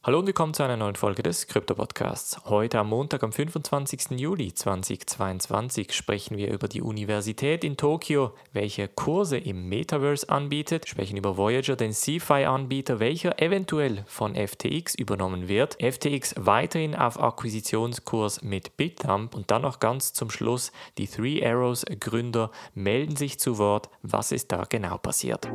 Hallo und willkommen zu einer neuen Folge des Krypto-Podcasts. Heute am Montag, am 25. Juli 2022 sprechen wir über die Universität in Tokio, welche Kurse im Metaverse anbietet, sprechen über Voyager, den CeFi-Anbieter, welcher eventuell von FTX übernommen wird, FTX weiterhin auf Akquisitionskurs mit Bithumb und dann noch ganz zum Schluss die Three Arrows Gründer melden sich zu Wort. Was ist da genau passiert?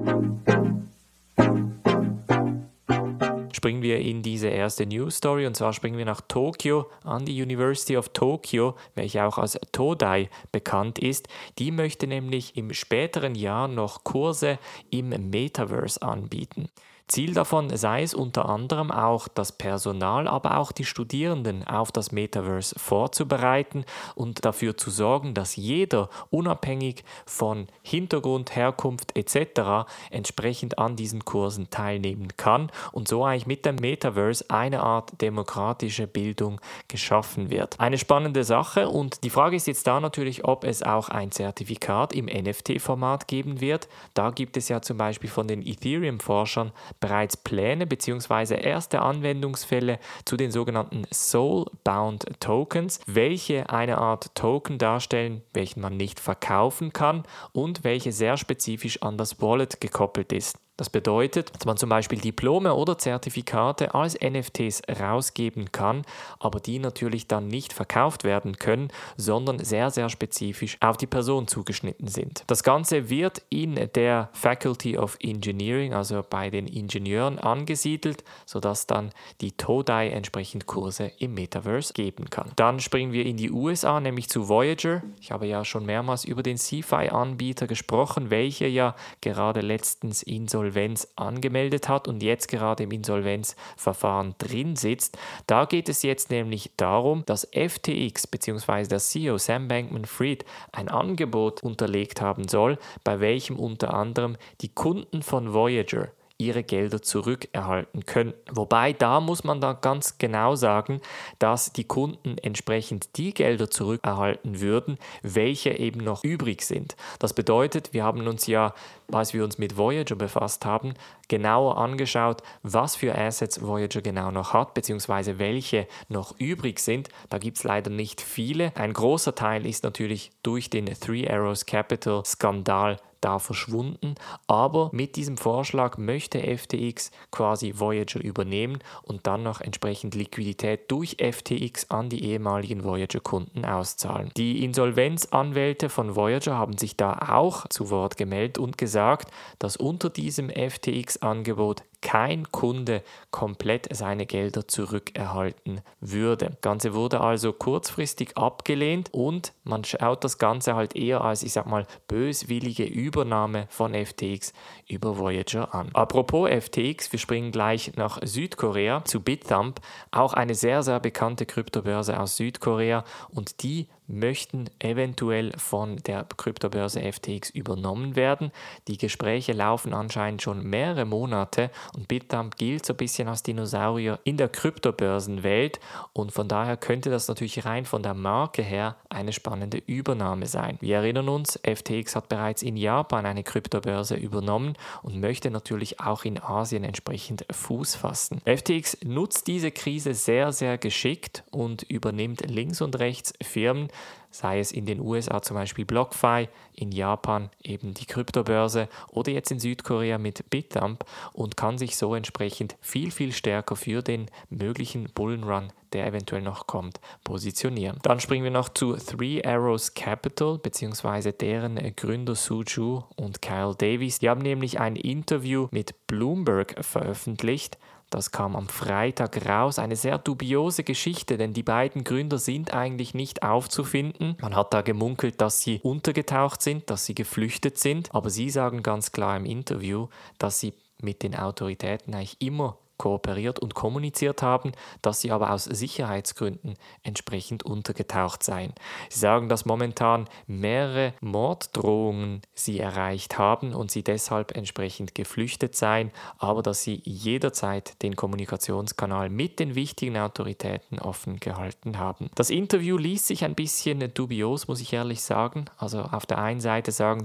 Springen wir in diese erste News Story und zwar springen wir nach Tokio an die University of Tokyo, welche auch als Todai bekannt ist. Die möchte nämlich im späteren Jahr noch Kurse im Metaverse anbieten. Ziel davon sei es unter anderem auch, das Personal, aber auch die Studierenden auf das Metaverse vorzubereiten und dafür zu sorgen, dass jeder unabhängig von Hintergrund, Herkunft etc. entsprechend an diesen Kursen teilnehmen kann und so eigentlich mit dem Metaverse eine Art demokratische Bildung geschaffen wird. Eine spannende Sache und die Frage ist jetzt da natürlich, ob es auch ein Zertifikat im NFT-Format geben wird. Da gibt es ja zum Beispiel von den Ethereum-Forschern bereits Pläne bzw. erste Anwendungsfälle zu den sogenannten Soul-Bound Tokens, welche eine Art Token darstellen, welchen man nicht verkaufen kann und welche sehr spezifisch an das Wallet gekoppelt ist. Das bedeutet, dass man zum Beispiel Diplome oder Zertifikate als NFTs rausgeben kann, aber die natürlich dann nicht verkauft werden können, sondern sehr, sehr spezifisch auf die Person zugeschnitten sind. Das Ganze wird in der Faculty of Engineering, also bei den Ingenieuren, angesiedelt, sodass dann die Todai entsprechend Kurse im Metaverse geben kann. Dann springen wir in die USA, nämlich zu Voyager. Ich habe ja schon mehrmals über den CeFi-Anbieter gesprochen, welcher ja gerade letztens Insolvenz angemeldet hat und jetzt gerade im Insolvenzverfahren drin sitzt. Da geht es jetzt nämlich darum, dass FTX bzw. der CEO Sam Bankman-Fried ein Angebot unterlegt haben soll, bei welchem unter anderem die Kunden von Voyager ihre Gelder zurückerhalten können. Wobei, da muss man dann ganz genau sagen, dass die Kunden entsprechend die Gelder zurückerhalten würden, welche eben noch übrig sind. Das bedeutet, wir haben uns ja, als wir uns mit Voyager befasst haben, genauer angeschaut, was für Assets Voyager genau noch hat, beziehungsweise welche noch übrig sind. Da gibt es leider nicht viele. Ein großer Teil ist natürlich durch den Three Arrows Capital Skandal da verschwunden, aber mit diesem Vorschlag möchte FTX quasi Voyager übernehmen und dann noch entsprechend Liquidität durch FTX an die ehemaligen Voyager-Kunden auszahlen. Die Insolvenzanwälte von Voyager haben sich da auch zu Wort gemeldet und gesagt, dass unter diesem FTX-Angebot kein Kunde komplett seine Gelder zurückerhalten würde. Das Ganze wurde also kurzfristig abgelehnt und man schaut das Ganze halt eher als, ich sag mal, böswillige Übernahme von FTX über Voyager an. Apropos FTX, wir springen gleich nach Südkorea zu Bithumb, auch eine sehr, sehr bekannte Kryptobörse aus Südkorea und die möchten eventuell von der Kryptobörse FTX übernommen werden. Die Gespräche laufen anscheinend schon mehrere Monate und Bithumb gilt so ein bisschen als Dinosaurier in der Kryptobörsenwelt und von daher könnte das natürlich rein von der Marke her eine spannende Übernahme sein. Wir erinnern uns, FTX hat bereits in Japan eine Kryptobörse übernommen und möchte natürlich auch in Asien entsprechend Fuß fassen. FTX nutzt diese Krise sehr, sehr geschickt und übernimmt links und rechts Firmen, sei es in den USA zum Beispiel BlockFi, in Japan eben die Kryptobörse oder jetzt in Südkorea mit Bithumb und kann sich so entsprechend viel, viel stärker für den möglichen Bullenrun, der eventuell noch kommt, positionieren. Dann springen wir noch zu Three Arrows Capital bzw. deren Gründer Su Zhu und Kyle Davies. Die haben nämlich ein Interview mit Bloomberg veröffentlicht. Das kam am Freitag raus. Eine sehr dubiose Geschichte, denn die beiden Gründer sind eigentlich nicht aufzufinden. Man hat da gemunkelt, dass sie untergetaucht sind, dass sie geflüchtet sind. Aber sie sagen ganz klar im Interview, dass sie mit den Autoritäten eigentlich immer kooperiert und kommuniziert haben, dass sie aber aus Sicherheitsgründen entsprechend untergetaucht seien. Sie sagen, dass momentan mehrere Morddrohungen sie erreicht haben und sie deshalb entsprechend geflüchtet seien, aber dass sie jederzeit den Kommunikationskanal mit den wichtigen Autoritäten offen gehalten haben. Das Interview liest sich ein bisschen dubios, muss ich ehrlich sagen. Also auf der einen Seite sagen sie,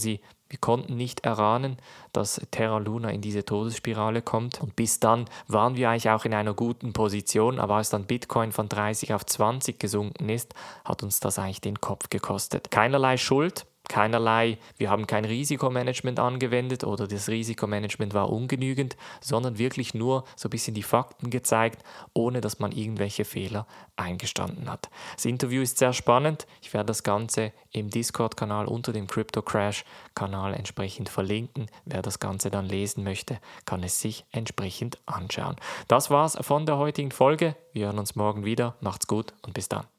Wir konnten nicht erahnen, dass Terra Luna in diese Todesspirale kommt. Und bis dann waren wir eigentlich auch in einer guten Position. Aber als dann Bitcoin von 30 auf 20 gesunken ist, hat uns das eigentlich den Kopf gekostet. Keinerlei Schuld. Wir haben kein Risikomanagement angewendet oder das Risikomanagement war ungenügend, sondern wirklich nur so ein bisschen die Fakten gezeigt, ohne dass man irgendwelche Fehler eingestanden hat. Das Interview ist sehr spannend. Ich werde das Ganze im Discord-Kanal unter dem Crypto Crash-Kanal entsprechend verlinken. Wer das Ganze dann lesen möchte, kann es sich entsprechend anschauen. Das war's von der heutigen Folge. Wir hören uns morgen wieder. Macht's gut und bis dann.